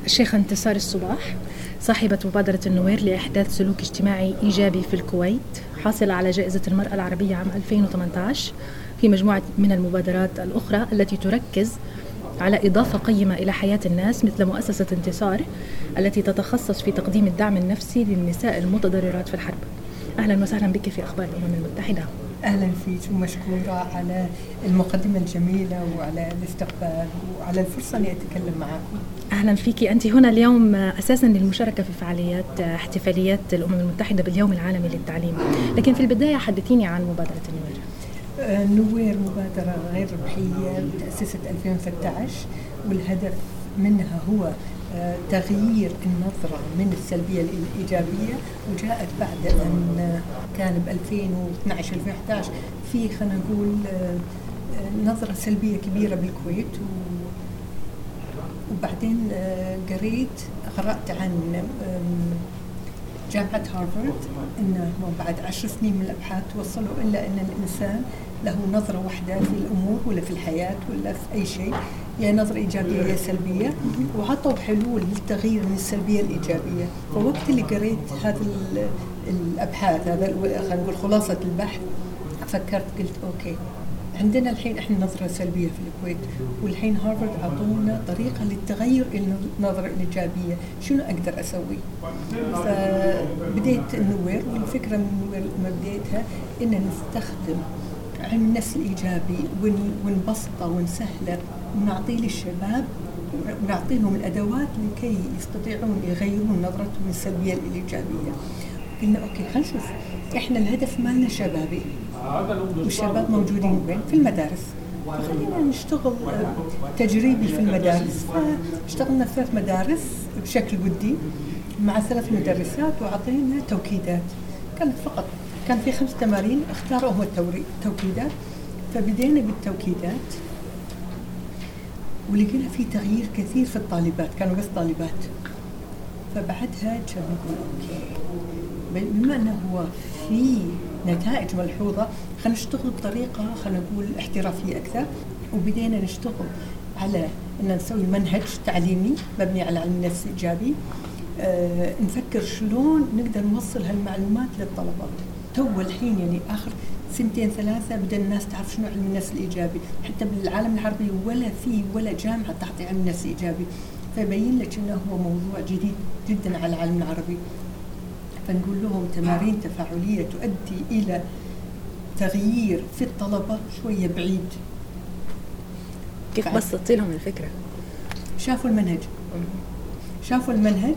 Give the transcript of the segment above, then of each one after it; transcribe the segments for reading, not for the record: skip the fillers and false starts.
الشيخة انتصار الصباح، صاحبة مبادرة النوير لإحداث سلوك اجتماعي إيجابي في الكويت، حاصلة على جائزة المرأة العربية عام 2018 في مجموعة من المبادرات الأخرى التي تركز على إضافة قيمة إلى حياة الناس، مثل مؤسسة انتصار التي تتخصص في تقديم الدعم النفسي للنساء المتضررات في الحرب. أهلا وسهلا بك في أخبار الأمم المتحدة. أهلا فيك ومشكورة على المقدمة الجميلة وعلى الاستقبال وعلى الفرصة أني أتكلم معكم. أهلا فيك. أنت هنا اليوم أساسا للمشاركة في فعاليات احتفاليات الأمم المتحدة باليوم العالمي للتعليم، لكن في البداية حدثيني عن مبادرة النوير. النوير مبادرة غير ربحية تأسست 2013، والهدف منها هو تغيير النظرة من السلبية للإيجابية، وجاءت بعد أن كان ب 2012-2011 في خلينا نقول نظرة سلبية كبيرة بالكويت. وبعدين قرأت عن جامعة هارفارد إنه بعد 10 سنين من الأبحاث توصلوا إلا أن الإنسان له نظرة واحدة في الأمور ولا في الحياة ولا في أي شيء، يا نظرة إيجابية يا سلبية، وعطوا حلول للتغيير من السلبية الإيجابية. فوقت اللي قريت هذه الأبحاث، هذا خلينا نقول خلاصة البحث، فكرت قلت أوكي، عندنا الحين إحنا نظرة سلبية في الكويت، والحين هارفارد أعطونا طريقة للتغير إلى النظرة الإيجابية، شنو أقدر أسوي؟ فبديت النوير، والفكرة من النوير لما بديتها إن نستخدم علم النفس الإيجابي ونبسطه ونسهله ونعطيه للشباب ونعطي لهم الأدوات لكي يستطيعون يغيرون نظرتهم السلبية للإيجابية. قلنا أوكي خلينا نشوف، إحنا الهدف مالنا شبابي، والشباب موجودين وين؟ في المدارس، فخلينا نشتغل تجريبي في المدارس. فاشتغلنا 3 مدارس بشكل ودي مع 3 مدرسات، وعطينا توكيدات. كان في 5 تمارين اختاروا هم التوكيدات، فبدينا بالتوكيدات ولقينا في تغيير كثير في الطالبات، كانوا بس طالبات. فبعدها كان نقول اوكي، بما انه هو في نتائج ملحوظة، خلينا نشتغل بطريقة خلينا نقول احترافية أكثر. وبدينا نشتغل على أن نسوي منهج تعليمي مبني على علم النفس الإيجابي. نفكر شلون نقدر نوصل هالمعلومات للطلبة. تو الحين يعني آخر 2-3 بدأ الناس تعرف شنو علم النفس الإيجابي، حتى بالعالم العربي ولا جامعة تعطي علم النفس الإيجابي. فيبين لك أنه هو موضوع جديد جدا على العالم العربي. فنقول لهم تمارين تفاعلية تؤدي إلى تغيير في الطلبة شوية بعيد. كيف بسطت لهم الفكرة؟ شافوا المنهج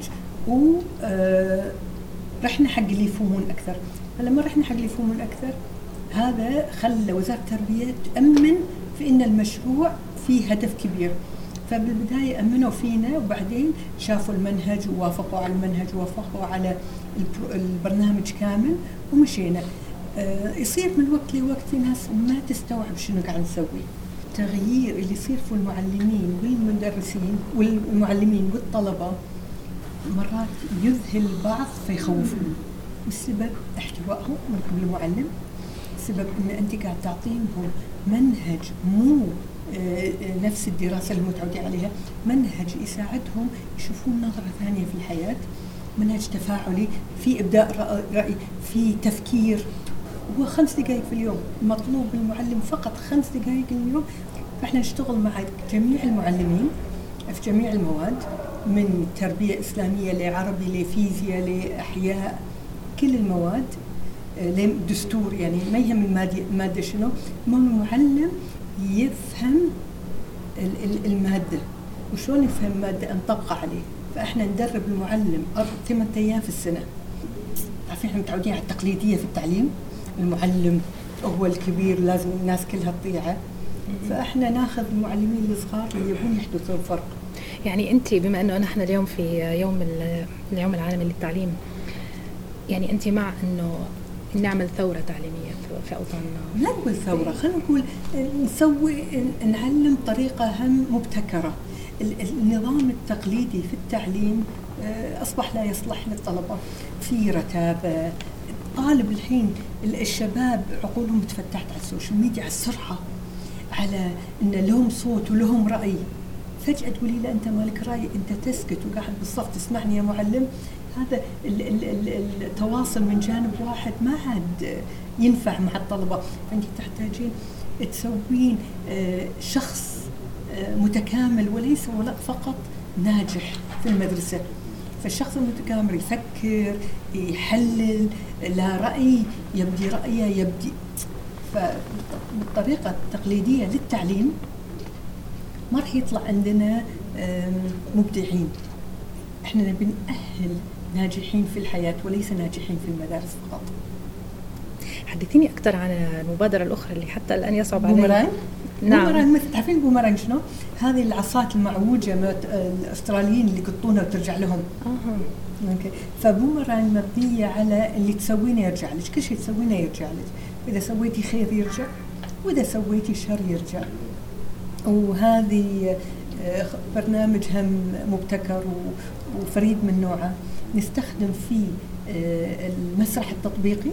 ورحنا حق اللي يفهمون أكثر. فلما رحنا حق اللي يفهمون أكثر، هذا خلى وزارة التربية تأمن في إن المشروع فيه هدف كبير. فبالبداية أمنوا فينا، وبعدين شافوا المنهج ووافقوا على المنهج ووافقوا على البرنامج كامل ومشينا. يصير من وقت لوقت في ناس ما تستوعب شنو قاعد نسوي. تغيير اللي يصير في المعلمين والمدرسين والمعلمين والطلبة مرات يذهل البعض فيخوفهم، بسبب احتوائهم من قبل المعلم، بسبب ان انت قاعد تعطيهم منهج مو نفس الدراسة المتعودين عليها، منهج يساعدهم يشوفون نظرة ثانية في الحياة، منهج تفاعلي في إبداء رأي، في تفكير. هو 5 دقائق في اليوم، مطلوب المعلم فقط 5 دقائق اليوم. فإحنا نشتغل مع جميع المعلمين في جميع المواد، من تربية إسلامية لعربي لفيزياء لأحياء، كل المواد، لدستور. يعني ما يهم المادة شنو، المعلم يفهم المادة وشلون يفهم المادة نطبقها عليه. فإحنا ندرب المعلم 8 أيام في السنة. عارفين احنا متعودين على التقليدية في التعليم، المعلم هو الكبير لازم الناس كلها تطيعه. فإحنا ناخذ المعلمين الصغار اللي يبون يحدثون فرق. يعني أنت بما أنه نحن اليوم في اليوم العالمي للتعليم، يعني أنت مع أنه نعمل ثورة تعليمية في أوطاننا؟ لا نقول ثورة، خلينا نقول نعلم طريقة هم مبتكرة. النظام التقليدي في التعليم أصبح لا يصلح للطلبة، في رتابة. طالب الحين الشباب عقولهم تفتحت على السوشيال ميديا، على السرعة، على إن لهم صوت ولهم رأي. فجأة تقولي له أنت مالك رأي، أنت تسكت وقاعد بالصف تسمعني يا معلم. هذا التواصل من جانب واحد ما عاد ينفع مع الطلبة. فأنت تحتاجين تسوين شخص متكامل وليس فقط ناجح في المدرسة. فالشخص المتكامل يفكر، يحلل، لا رأي، يبدي رأيه، يبدي. فالطريقة التقليدية للتعليم ما راح يطلع عندنا مبدعين. احنا نبي نأهل ناجحين في الحياة وليس ناجحين في المدارس فقط. حدثيني أكثر عن المبادرة الأخرى اللي حتى الآن يصعب علي. بومرانج. نعم. بومرانج، مثل تعرفين بومرانج شنو؟ هذه العصات المعوجة الأستراليين اللي يقطونها وترجع لهم. اوكي. فبومرانج مبنية على اللي تسوينه يرجع لك، كل شيء تسوينه يرجع لك. إذا سويتي خير يرجع، وإذا سويتي شر يرجع. وهذه برنامج هم مبتكر وفريد من نوعه، نستخدم فيه المسرح التطبيقي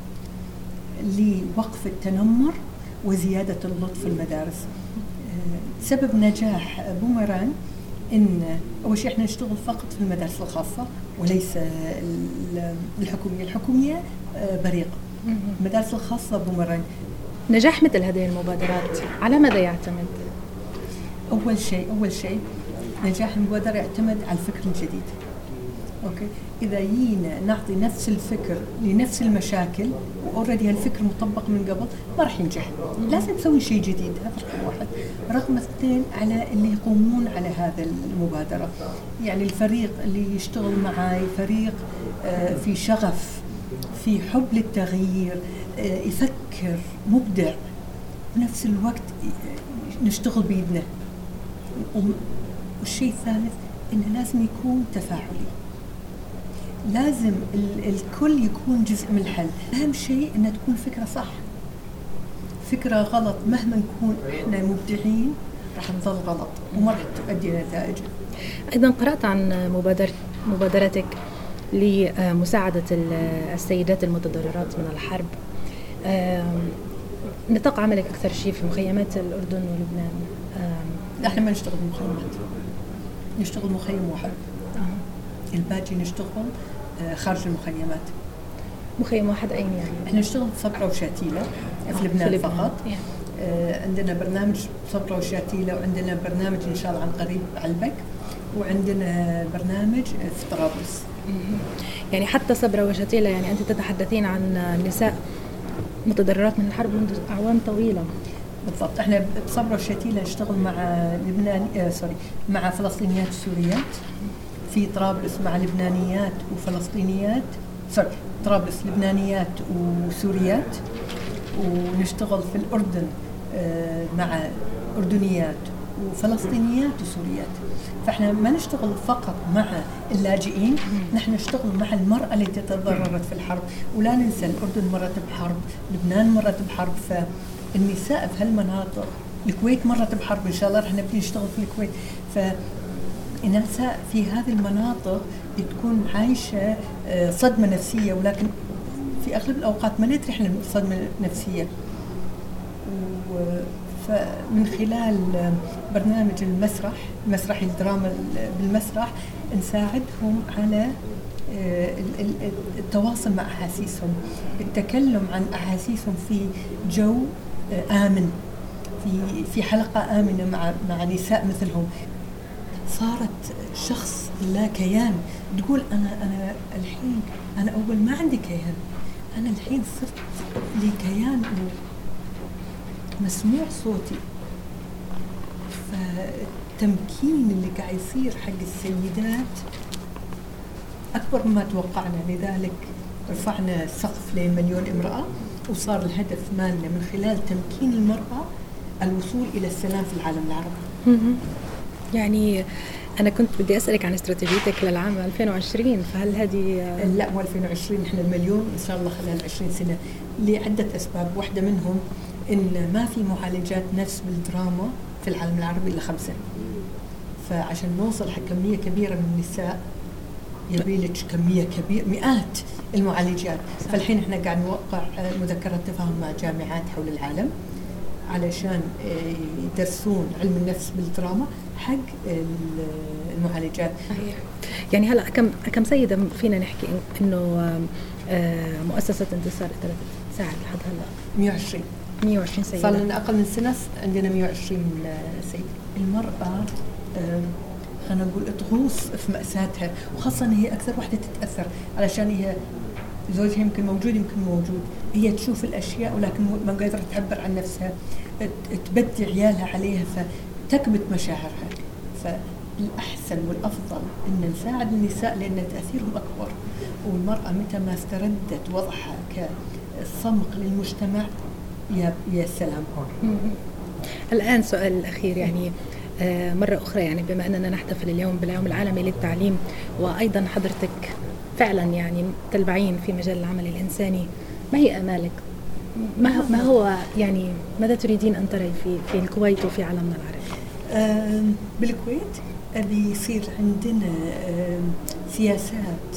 لوقف التنمر وزيادة اللطف في المدارس. سبب نجاح بومرانج إن أول شيء إحنا نشتغل فقط في المدارس الخاصة وليس الحكومية. الحكومية بريق، المدارس الخاصة بومرانج. نجاح مثل هذه المبادرات على ماذا يعتمد؟ أول شيء نجاح المبادرة يعتمد على الفكر الجديد. أوكي. إذا جينا نعطي نفس الفكر لنفس المشاكل وأوريدي هالفكر مطبق من قبل ما راح ينجح. لازم نسوي شيء جديد. هذا رقم واحد. رقم اثنين، على اللي يقومون على هذا المبادرة، يعني الفريق اللي يشتغل معاي فريق في شغف، في حب للتغيير، يفكر، مبدع، بنفس الوقت نشتغل بيدنا. والشيء الثالث إنه لازم يكون تفاعلي، لازم الكل يكون جزء من الحل. أهم شيء إنها تكون فكرة صح. فكرة غلط مهما نكون إحنا مبدعين راح نظل غلط وما راح تؤدي نتائج. أيضا قرأت عن مبادرتك لمساعدة السيدات المتضررات من الحرب. نطاق عملك أكثر شيء في مخيمات الأردن ولبنان. احنا ما نشتغل بمخيمات، نشتغل مخيم واحد. الباقي نشتغل خارج المخيمات. مخيم واحد أين يعني؟ احنا نشتغل بصبرة وشاتيلة في لبنان فقط. عندنا برنامج صبرة وشاتيلة، وعندنا برنامج إن شاء الله عن قريب علبك، وعندنا برنامج في طرابلس. يعني حتى صبرة وشاتيلة، يعني أنت تتحدثين عن نساء متضررات من الحرب منذ أعوام طويلة. بالضبط. احنا بصبرة وشاتيلة نشتغل مع مع فلسطينيات وسوريات. في طرابلس مع لبنانيات وفلسطينيات، طرابلس لبنانيات وسوريات. ونشتغل في الأردن مع أردنيات وفلسطينيات وسوريات. فاحنا ما نشتغل فقط مع اللاجئين، نحن نشتغل مع المرأة التي تضررت في الحرب. ولا ننسى الأردن مرت بحرب، لبنان مرت بحرب. فالنساء في هالمناطق، الكويت مرت بحرب، إن شاء الله رح نبتدي نشتغل في الكويت. النساء في هذه المناطق تكون عايشة صدمة نفسية، ولكن في أغلب الأوقات ما ندري إحنا صدمة نفسية. فمن خلال برنامج مسرح الدراما بالمسرح نساعدهم على التواصل مع أحاسيسهم، التكلم عن أحاسيسهم في جو آمن، في حلقة آمنة مع نساء مثلهم. صارت شخص لا كيان، تقول أنا الحين أنا أول ما عندي كيان، أنا الحين صرت لي كيان مسموع صوتي. فالتمكين اللي قاعد يصير حق السيدات أكبر مما توقعنا، لذلك رفعنا السقف ل1,000,000 امرأة، وصار الهدف مالنا من خلال تمكين المرأة الوصول إلى السلام في العالم العربي. يعني أنا كنت بدي أسألك عن استراتيجيتك للعام 2020، فهل هذه لا مو 2020، إحنا المليون إن شاء الله خلال 20 سنة، لعدة أسباب. واحدة منهم إن ما في معالجات نفس بالدراما في العالم العربي إلا 5. فعشان نوصل حق كمية كبيرة من النساء يبيلك كمية كبيرة، مئات المعالجات. فالحين إحنا قاعد نوقع مذكرات تفاهم مع جامعات حول العالم علشان يدرسون علم النفس بالدراما، حق المعالجات. يعني هلا كم سيدة فينا نحكي إنه مؤسسة انتصار قدرت تساعد لحد هلا؟ 120 سيدة. صار لنا أقل من سنة عندنا 120 سيدة. المرأة خلينا نقول تغوص في مأساتها، وخاصة هي أكثر واحدة تتأثر، علشان هي زوجها يمكن موجود يمكن موجود، هي تشوف الأشياء ولكن ما قادرة تعبر عن نفسها، تبدي عيالها عليها فتكبت مشاعرها. فالأحسن والأفضل إن نساعد النساء لأن تأثيرهم أكبر، والمرأة متى ما استردت وضعها كصمق للمجتمع يا سلام. الآن سؤال الأخير، يعني مرة أخرى، يعني بما أننا نحتفل اليوم باليوم العالمي للتعليم، وأيضا حضرتك فعلا يعني تلبعين في مجال العمل الإنساني، ما هي آمالك؟ ما هو يعني ماذا تريدين أن تري في الكويت وفي عالمنا العربي؟ بالكويت أبي يصير عندنا سياسات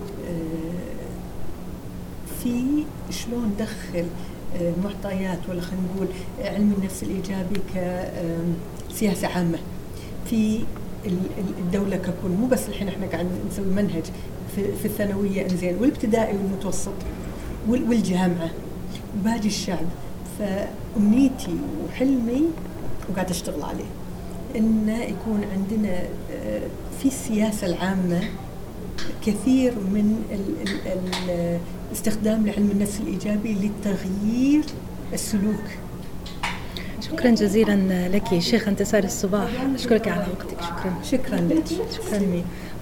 في شلون ندخل معطيات ولا خلينا نقول علم النفس الإيجابي كسياسة عامة في الدولة ككل، مو بس الحين احنا قاعد نسوي منهج في الثانوية إنزين والابتدائي والمتوسط والجامعة وباقي الشعب. فأمنيتي وحلمي وقاعد أشتغل عليه إن يكون عندنا في السياسة العامة كثير من استخدام لعلم النفس الإيجابي للتغيير السلوك. شكرا جزيلا لك شيخ انتصار الصباح، أشكرك على وقتك. شكرا لك. شكرا.